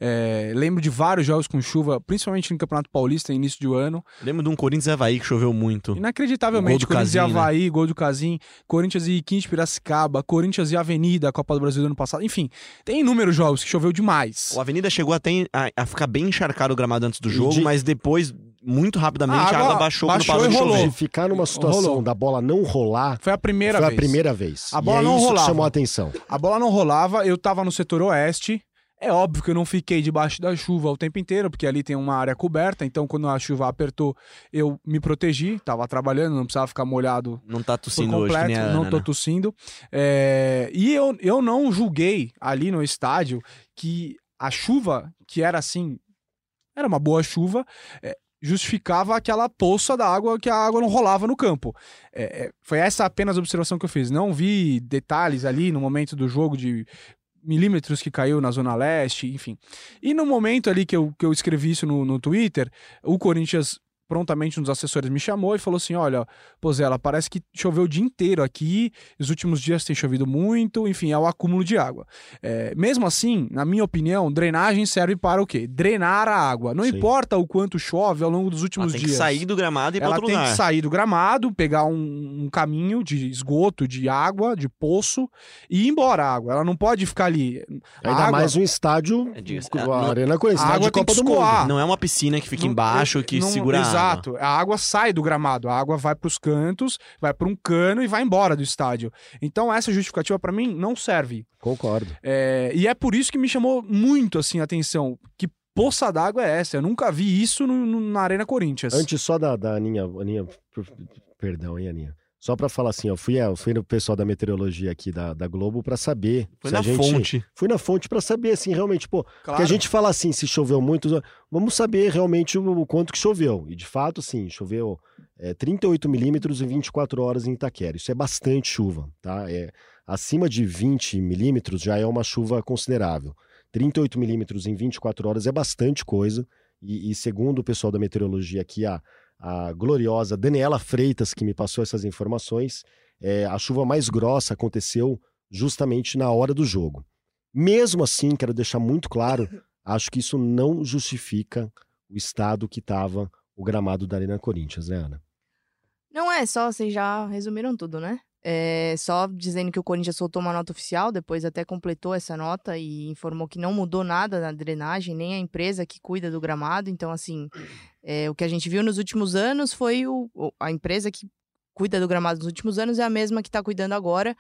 S3: É, lembro de vários jogos com chuva, principalmente no Campeonato Paulista, início de ano.
S2: Lembro de um Corinthians e Avaí que choveu muito.
S3: Inacreditavelmente,
S2: Gol do
S3: Corinthians e
S2: Casim, né?
S3: Avaí, gol do Casim, Corinthians e quinze de Piracicaba, Corinthians e Avenida, a Copa do Brasil do ano passado. Enfim, tem inúmeros jogos que choveu demais.
S2: O Avenida chegou até a, a ficar bem encharcado o gramado antes do
S4: E
S2: jogo,
S4: de-
S2: mas depois, muito rapidamente,
S3: A
S2: a
S3: água
S2: água baixou,
S3: baixou
S2: quando parou
S3: e
S2: de
S3: rolou.
S2: chover.
S4: De ficar numa situação
S3: Rolou.
S4: da bola não rolar,
S3: Foi a primeira
S4: foi
S3: vez.
S4: a primeira vez.
S3: A bola
S4: e é
S3: não
S4: isso
S3: rolava.
S4: que chamou a atenção.
S3: A bola não rolava, eu tava no setor oeste. É óbvio que eu não fiquei debaixo da chuva o tempo inteiro, porque ali tem uma área coberta, então quando a chuva apertou, eu me protegi, tava trabalhando, não precisava ficar molhado
S2: Não tá
S3: por
S2: tossindo hoje, que
S3: completo,
S2: nem a
S3: não
S2: Ana,
S3: tô
S2: né?
S3: tossindo. É, E eu, eu não julguei ali no estádio que a chuva, que era assim, era uma boa chuva, é, justificava aquela poça da água, que a água não rolava no campo. É, é, foi essa apenas a observação que eu fiz. Não vi detalhes ali no momento do jogo de milímetros que caiu na Zona Leste, enfim. E no momento ali que eu, que eu escrevi isso no, no Twitter, o Corinthians, prontamente um dos assessores me chamou e falou assim, olha, Pozella, parece que choveu o dia inteiro aqui, os últimos dias tem chovido muito, enfim, é o acúmulo de água. É, mesmo assim, na minha opinião, drenagem serve para o quê? Drenar a água. Não
S4: Sim.
S3: importa o quanto chove ao longo dos
S2: Ela
S3: últimos
S2: tem
S3: dias.
S2: que sair do gramado e ir pra
S3: Ela
S2: outro
S3: tem
S2: lugar.
S3: que sair do gramado, pegar um, um caminho de esgoto, de água, de poço e ir embora a água. Ela não pode ficar ali. A
S4: Ainda
S3: água-
S4: mais um estádio,
S2: É, diga-se,
S4: a
S2: é, não-
S4: Arena Corinthians,
S3: a
S4: estádio
S3: água
S4: de
S3: tem
S4: Copa
S3: que
S4: do Mundo.
S3: escoar.
S2: Não é uma piscina que fica
S3: Não-
S2: embaixo
S3: eu-
S2: que
S3: não-
S2: segura a água.
S3: Exato. A água sai do gramado, a água vai pros cantos, vai para um cano e vai embora do estádio. Então essa justificativa para mim não serve.
S4: Concordo.
S3: É, e é por isso que me chamou muito assim a atenção. Que poça d'água é essa? Eu nunca vi isso no- no- na Arena Corinthians.
S4: Antes só da, da Aninha, Aninha, per- perdão, hein, Aninha? Só para falar assim, eu fui, eu fui no pessoal da meteorologia aqui da, da Globo para saber.
S2: Foi
S4: se
S2: na
S4: a gente,
S2: fonte.
S4: Fui na fonte para saber, assim, realmente, pô.
S3: Claro.
S4: Porque a gente fala assim, se choveu muito, vamos saber realmente o, o quanto que choveu. E de fato, sim, choveu é, trinta e oito milímetros em vinte e quatro horas em Itaquera. Isso é bastante chuva, tá? É, acima de vinte milímetros já é uma chuva considerável. trinta e oito milímetros em vinte e quatro horas é bastante coisa. E, e segundo o pessoal da meteorologia aqui, a a gloriosa Daniela Freitas, que me passou essas informações, é, a chuva mais grossa aconteceu justamente na hora do jogo. Mesmo assim, quero deixar muito claro, acho que isso não justifica o estado que estava o gramado da Arena Corinthians, né, Ana?
S5: Não é só, vocês já resumiram tudo, né? É só dizendo que o Corinthians soltou uma nota oficial, depois até completou essa nota e informou que não mudou nada na drenagem, nem a empresa que cuida do gramado. Então, assim, é, o que a gente viu nos últimos anos foi o, a empresa que cuida do gramado nos últimos anos é a mesma que está cuidando agora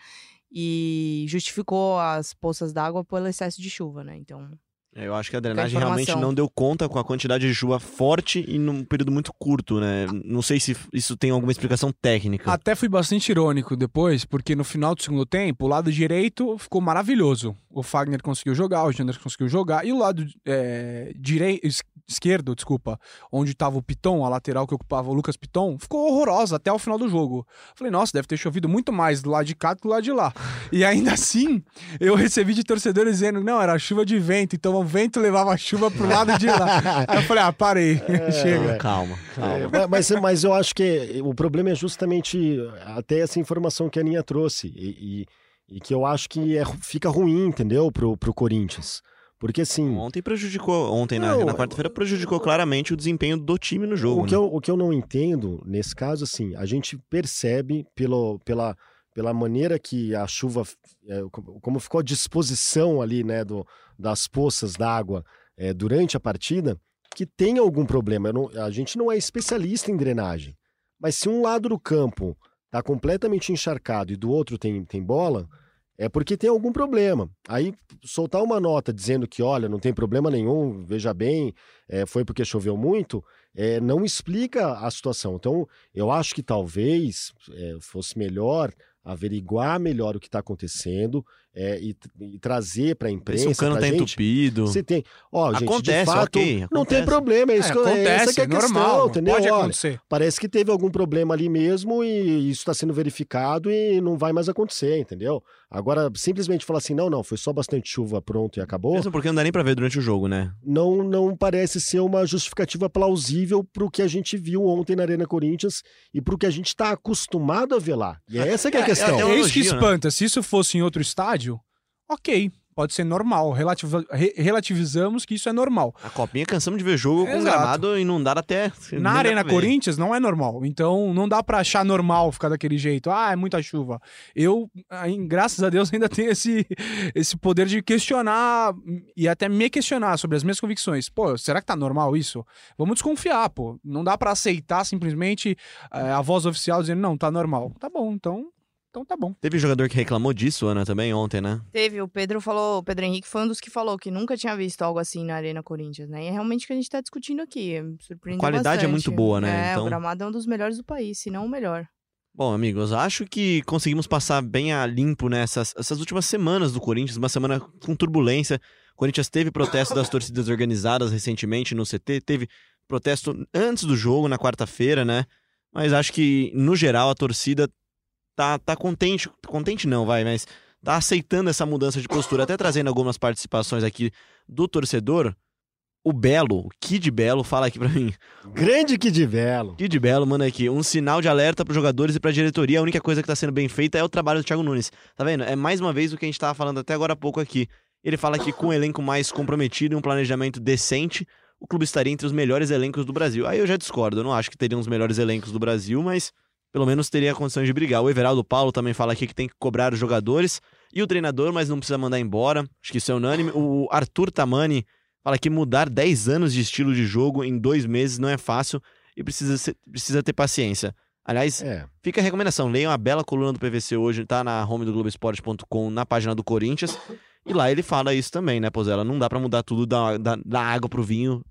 S5: e justificou as poças d'água pelo excesso de chuva, né? Então...
S2: Eu acho que a drenagem realmente não deu conta com a quantidade de chuva forte e num período muito curto, né? Não sei se isso tem alguma explicação técnica.
S3: Até fui bastante irônico depois, porque no final do segundo tempo, o lado direito ficou maravilhoso. O Fagner conseguiu jogar, o Janderson conseguiu jogar, e o lado é, direito, esquerdo, desculpa, onde estava o Piton, a lateral que ocupava o Lucas Piton, ficou horrorosa até o final do jogo. Falei, nossa, deve ter chovido muito mais do lado de cá do que do lado de lá. E ainda assim, eu recebi de torcedores dizendo, não, era chuva de vento, então o vento levava a chuva pro lado de lá. Aí eu falei, ah, parei, é, chega.
S2: Calma, calma.
S4: É, mas, mas eu acho que o problema é justamente até essa informação que a Aninha trouxe, e, e, e que eu acho que é, fica ruim, entendeu, pro, pro Corinthians. Porque assim...
S2: Ontem prejudicou, ontem
S4: não,
S2: na, na quarta-feira prejudicou claramente o desempenho do time no jogo.
S4: O que,
S2: né?
S4: eu, o que eu não entendo, nesse caso, assim, a gente percebe pelo, pela, pela maneira que a chuva, é, como ficou a disposição ali, né, do, das poças d'água é, durante a partida, que tem algum problema. Eu não, a gente não é especialista em drenagem, mas se um lado do campo está completamente encharcado e do outro tem, tem bola... é porque tem algum problema. Aí, soltar uma nota dizendo que, olha, não tem problema nenhum, veja bem, é, foi porque choveu muito, é, não explica a situação. Então, eu acho que talvez é, fosse melhor averiguar melhor o que está acontecendo é, e, e trazer para a imprensa.
S2: Se o cano
S4: tá
S2: gente, entupido.
S4: Se tem. Ó, gente,
S2: acontece,
S4: de fato,
S2: okay,
S4: não
S2: acontece.
S4: tem problema. É isso
S3: é,
S4: que,
S3: acontece,
S4: essa que é a
S3: normal,
S4: questão, entendeu?
S3: Pode
S4: Olha,
S3: acontecer.
S4: parece que teve algum problema ali mesmo e isso está sendo verificado e não vai mais acontecer, entendeu? Agora, simplesmente falar assim, não, não, foi só bastante chuva, pronto e acabou.
S2: Mesmo porque não dá nem pra ver durante o jogo, né?
S4: Não, não parece ser uma justificativa plausível pro que a gente viu ontem na Arena Corinthians e pro que a gente está acostumado a ver lá. E é essa que é a questão.
S3: É, é isso que
S2: elogio,
S3: espanta. Né? Se isso fosse em outro estádio, ok. Pode ser normal. Relativa, re, relativizamos que isso é normal.
S2: A Copinha cansamos de ver jogo com
S3: Exato.
S2: gramado inundado até...
S3: Na Arena Corinthians não é normal. Então não dá pra achar normal ficar daquele jeito. Ah, é muita chuva. Eu, graças a Deus, ainda tenho esse, esse poder de questionar e até me questionar sobre as minhas convicções. Pô, será que tá normal isso? Vamos desconfiar, pô. Não dá pra aceitar simplesmente é, a voz oficial dizendo, não, tá normal. Tá bom, então... Então tá bom.
S2: Teve jogador que reclamou disso, Ana, também, ontem, né?
S5: Teve, o Pedro falou, o Pedro Henrique foi um dos que falou que nunca tinha visto algo assim na Arena Corinthians, né? E é realmente o que a gente tá discutindo aqui, surpreendeu
S2: A qualidade
S5: bastante.
S2: é muito boa, né?
S5: É,
S2: então...
S5: o gramado é um dos melhores do país, se não o melhor.
S2: Bom, amigos, acho que conseguimos passar bem a limpo nessas essas últimas semanas do Corinthians, uma semana com turbulência. O Corinthians teve protesto das torcidas organizadas recentemente no C T, teve protesto antes do jogo, na quarta-feira, né? Mas acho que, no geral, a torcida tá, tá contente, contente não, vai, mas tá aceitando essa mudança de postura, até trazendo algumas participações aqui do torcedor. O Belo, o Kid Belo, fala aqui pra mim.
S4: Grande Kid Belo.
S2: Kid Belo, manda aqui. Um sinal de alerta pros jogadores e pra diretoria. A única coisa que tá sendo bem feita é o trabalho do Thiago Nunes. Tá vendo? É mais uma vez o que a gente tava falando até agora há pouco aqui. Ele fala que com um elenco mais comprometido e um planejamento decente, o clube estaria entre os melhores elencos do Brasil. Aí eu já discordo. Eu não acho que teriam os melhores elencos do Brasil, mas pelo menos teria condições de brigar. O Everaldo Paulo também fala aqui que tem que cobrar os jogadores e o treinador, mas não precisa mandar embora. Acho que isso é unânime. O Arthur Tamani fala que mudar dez anos de estilo de jogo em dois meses não é fácil e precisa, ser, precisa ter paciência. Aliás, é. Fica a recomendação, leiam a bela coluna do P V C hoje, tá na home do Globoesporte ponto com, na página do Corinthians. E lá ele fala isso também, né, Pozella? Não dá pra mudar tudo da, da, da água pro vinho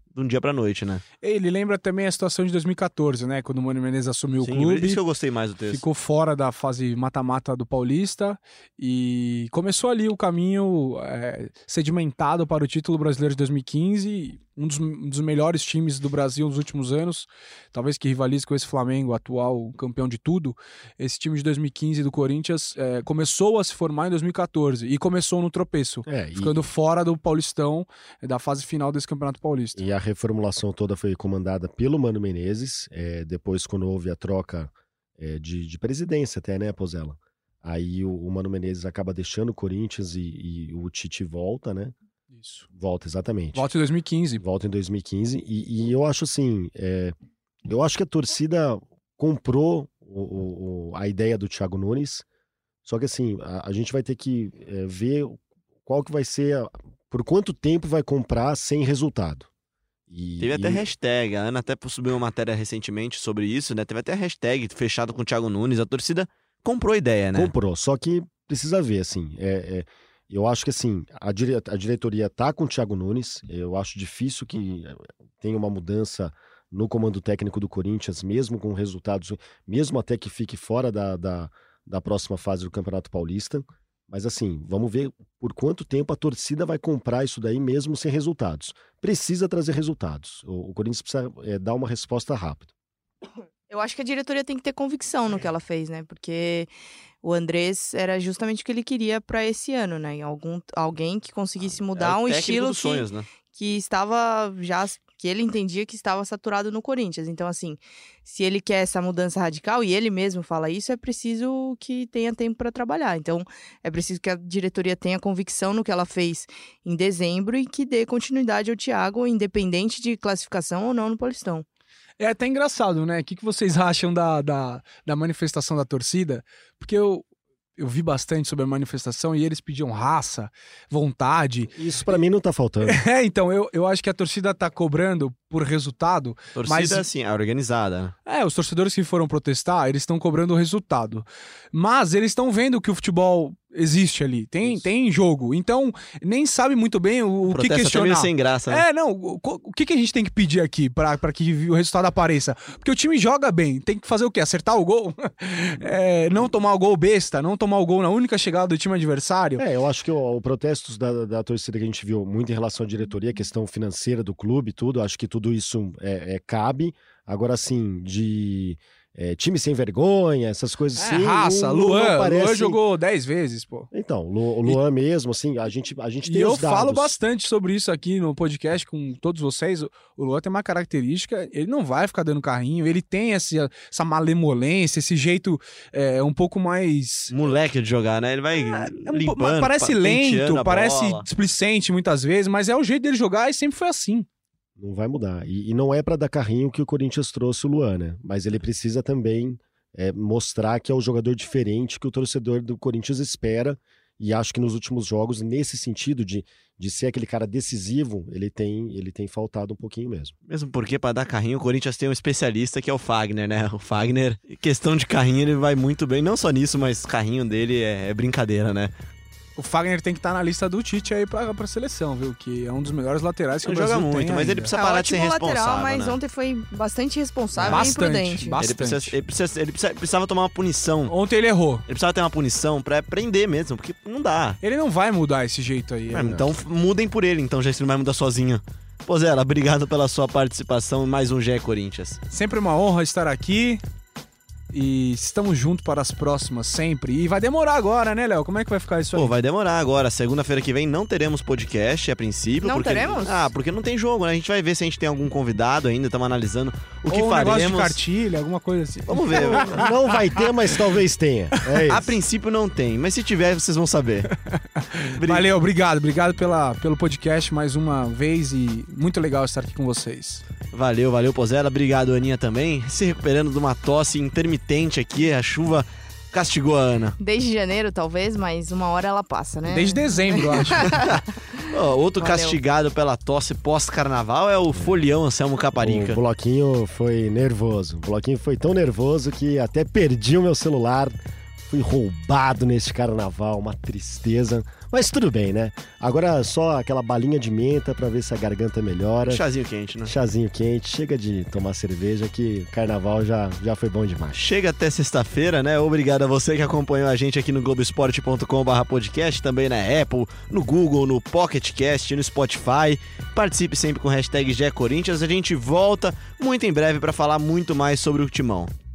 S2: de um dia pra noite, né?
S3: Ele lembra também a situação de dois mil e catorze, né? Quando o Mano Menezes assumiu
S2: Sim,
S3: o clube.
S2: isso que eu gostei mais do texto.
S3: Ficou fora da fase mata-mata do Paulista e começou ali o caminho é, sedimentado para o título brasileiro de dois mil e quinze, um dos, um dos melhores times do Brasil nos últimos anos, talvez que rivalize com esse Flamengo, atual campeão de tudo. Esse time de dois mil e quinze do Corinthians é, começou a se formar em dois mil e catorze e começou no tropeço,
S4: É, e-
S3: ficando fora do Paulistão, da fase final desse Campeonato Paulista.
S4: E a reformulação toda foi comandada pelo Mano Menezes, é, depois quando houve a troca é, de, de presidência até, né, Pozella? Aí o, o Mano Menezes acaba deixando o Corinthians e, e o Tite volta, né?
S3: Isso.
S4: Volta, exatamente.
S3: Volta em dois mil e quinze.
S4: Volta em dois mil e quinze e, e eu acho assim, é, eu acho que a torcida comprou o, o- o- a ideia do Thiago Nunes, só que assim, a, a gente vai ter que é, ver qual que vai ser, a- por quanto tempo vai comprar sem resultado. E,
S2: Teve até
S4: e-
S2: hashtag, a Ana até subiu uma matéria recentemente sobre isso, né? Teve até hashtag fechado com o Thiago Nunes, a torcida comprou a ideia, né?
S4: Comprou, só que precisa ver, assim, é, é, eu acho que assim, a, dire, a diretoria tá com o Thiago Nunes, eu acho difícil que eh, tenha uma mudança no comando técnico do Corinthians, mesmo com resultados, mesmo até que fique fora da, da, da próxima fase do Campeonato Paulista, mas assim, vamos ver por quanto tempo a torcida vai comprar isso daí mesmo sem resultados. Precisa trazer resultados, o, o Corinthians precisa eh, dar uma resposta rápida.
S5: Eu acho que a diretoria tem que ter convicção no que ela fez, né? Porque o Andrés era justamente o que ele queria para esse ano, né? Algum, alguém que conseguisse mudar
S2: É o
S5: um
S2: técnico
S5: estilo
S2: dos
S5: que,
S2: sonhos, né?
S5: que estava já que ele entendia que estava saturado no Corinthians. Então, assim, se ele quer essa mudança radical, e ele mesmo fala isso, é preciso que tenha tempo para trabalhar. Então, é preciso que a diretoria tenha convicção no que ela fez em dezembro e que dê continuidade ao Thiago, independente de classificação ou não no Paulistão.
S3: É até engraçado, né? O que, que vocês acham da, da, da manifestação da torcida? Porque eu, eu vi bastante sobre a manifestação e eles pediam raça, vontade.
S4: Isso pra mim não tá faltando.
S3: É, então, eu, eu acho que a torcida tá cobrando por resultado.
S2: Torcida,
S3: Mas-
S2: assim, é organizada, né?
S3: É, os torcedores que foram protestar, eles estão cobrando o resultado. Mas eles estão vendo que o futebol existe ali, tem, tem jogo. Então, nem sabe muito bem o, o que
S2: Protesto até
S3: questionar.
S2: meio sem graça, né?
S3: É, não, o, o que, que a gente tem que pedir aqui pra, pra que o resultado apareça? Porque o time joga bem, tem que fazer o quê? Acertar o gol? É, não tomar o gol besta, não tomar o gol na única chegada do time adversário.
S4: É, eu acho que o, o protestos da, da torcida que a gente viu muito em relação à diretoria, a questão financeira do clube e tudo, acho que tudo isso é, é, cabe. Agora, assim, de é, time sem vergonha, essas coisas
S3: É,
S4: assim.
S3: raça,
S4: não- não
S3: Luan,
S4: parece-
S3: Luan jogou dez vezes, pô.
S4: Então, Lu- o Luan mesmo, assim, a gente, a gente
S3: E
S4: tem
S3: eu
S4: os dados.
S3: falo bastante sobre isso aqui no podcast com todos vocês. O o Luan tem uma característica, ele não vai ficar dando carrinho, ele tem essa, essa malemolência, esse jeito é, um pouco mais...
S2: Moleque de jogar, né? Ele vai
S3: é um po-
S2: limpando,
S3: parece
S2: pa-
S3: lento,
S2: penteando a
S3: parece
S2: bola.
S3: displicente muitas vezes, mas é o jeito dele jogar e sempre foi assim.
S4: Não vai mudar. E, e não é pra dar carrinho que o Corinthians trouxe o Luan, né? Mas ele precisa também é, mostrar que é o jogador diferente que o torcedor do Corinthians espera. E acho que nos últimos jogos, nesse sentido de, de ser aquele cara decisivo, ele tem, ele tem faltado um pouquinho mesmo.
S2: Mesmo porque, pra dar carrinho, o Corinthians tem um especialista que é o Fagner, né? O Fagner, questão de carrinho, ele vai muito bem. Não só nisso, mas o carrinho dele é, é brincadeira, né?
S3: O Fagner tem que estar na lista do Tite aí pra, pra seleção, viu? Que é um dos melhores laterais que
S2: Ele
S3: o Brasil
S2: joga muito,
S3: tem
S2: mas ele
S3: ainda.
S2: precisa
S5: É
S2: parar de ser
S5: ótimo
S2: responsável,
S5: lateral, mas
S2: né?
S5: ontem foi bastante irresponsável
S3: Bastante,
S5: e imprudente.
S3: bastante.
S2: Ele, precisa, ele, precisa, ele precisa- precisava tomar uma punição.
S3: Ontem ele errou.
S2: Ele precisava ter uma punição pra prender mesmo, porque não dá.
S3: Ele não vai mudar esse jeito aí.
S2: É,
S3: né?
S2: então f- mudem por ele, então, já que ele não vai mudar sozinho. Pô, Zera, obrigado pela sua participação em mais um G E Corinthians.
S3: Sempre uma honra estar aqui. E estamos juntos para as próximas, sempre. E vai demorar agora, né, Léo? Como é que vai ficar isso aí?
S2: Pô, vai demorar agora. Segunda-feira que vem não teremos podcast, a princípio.
S5: Não
S2: porque...
S5: teremos?
S2: Ah, porque não tem jogo, né? A gente vai ver se a gente tem algum convidado ainda, estamos analisando o que
S3: Ou um negócio de
S2: faremos.
S3: cartilha, alguma coisa assim.
S2: Vamos ver.
S4: Não vai ter, mas talvez tenha. É isso.
S2: A princípio não tem, mas se tiver, vocês vão saber. Bri-
S3: Valeu, obrigado. Obrigado pela, pelo podcast mais uma vez e muito legal estar aqui com vocês.
S2: Valeu, valeu, Pozella. Obrigado, Aninha, também. Se recuperando de uma tosse intermitente aqui, a chuva castigou a Ana.
S5: Desde janeiro, talvez, mas uma hora ela passa, né?
S3: Desde dezembro, eu acho.
S2: Ó, outro
S5: Valeu.
S2: castigado pela tosse pós-carnaval é o folião Anselmo Caparica.
S4: O bloquinho foi nervoso. O bloquinho foi tão nervoso que até perdi o meu celular Fui roubado nesse carnaval, uma tristeza. Mas tudo bem, né? Agora só aquela balinha de menta pra ver se a garganta melhora.
S2: Chazinho quente, né?
S4: Chazinho quente. Chega de tomar cerveja que carnaval já, já foi bom demais.
S2: Chega até sexta-feira, né? Obrigado a você que acompanhou a gente aqui no globesport ponto com barra podcast, também na Apple, no Google, no Pocket Cast, no Spotify. Participe sempre com o hashtag G E Corinthians. A gente volta muito em breve pra falar muito mais sobre o Timão.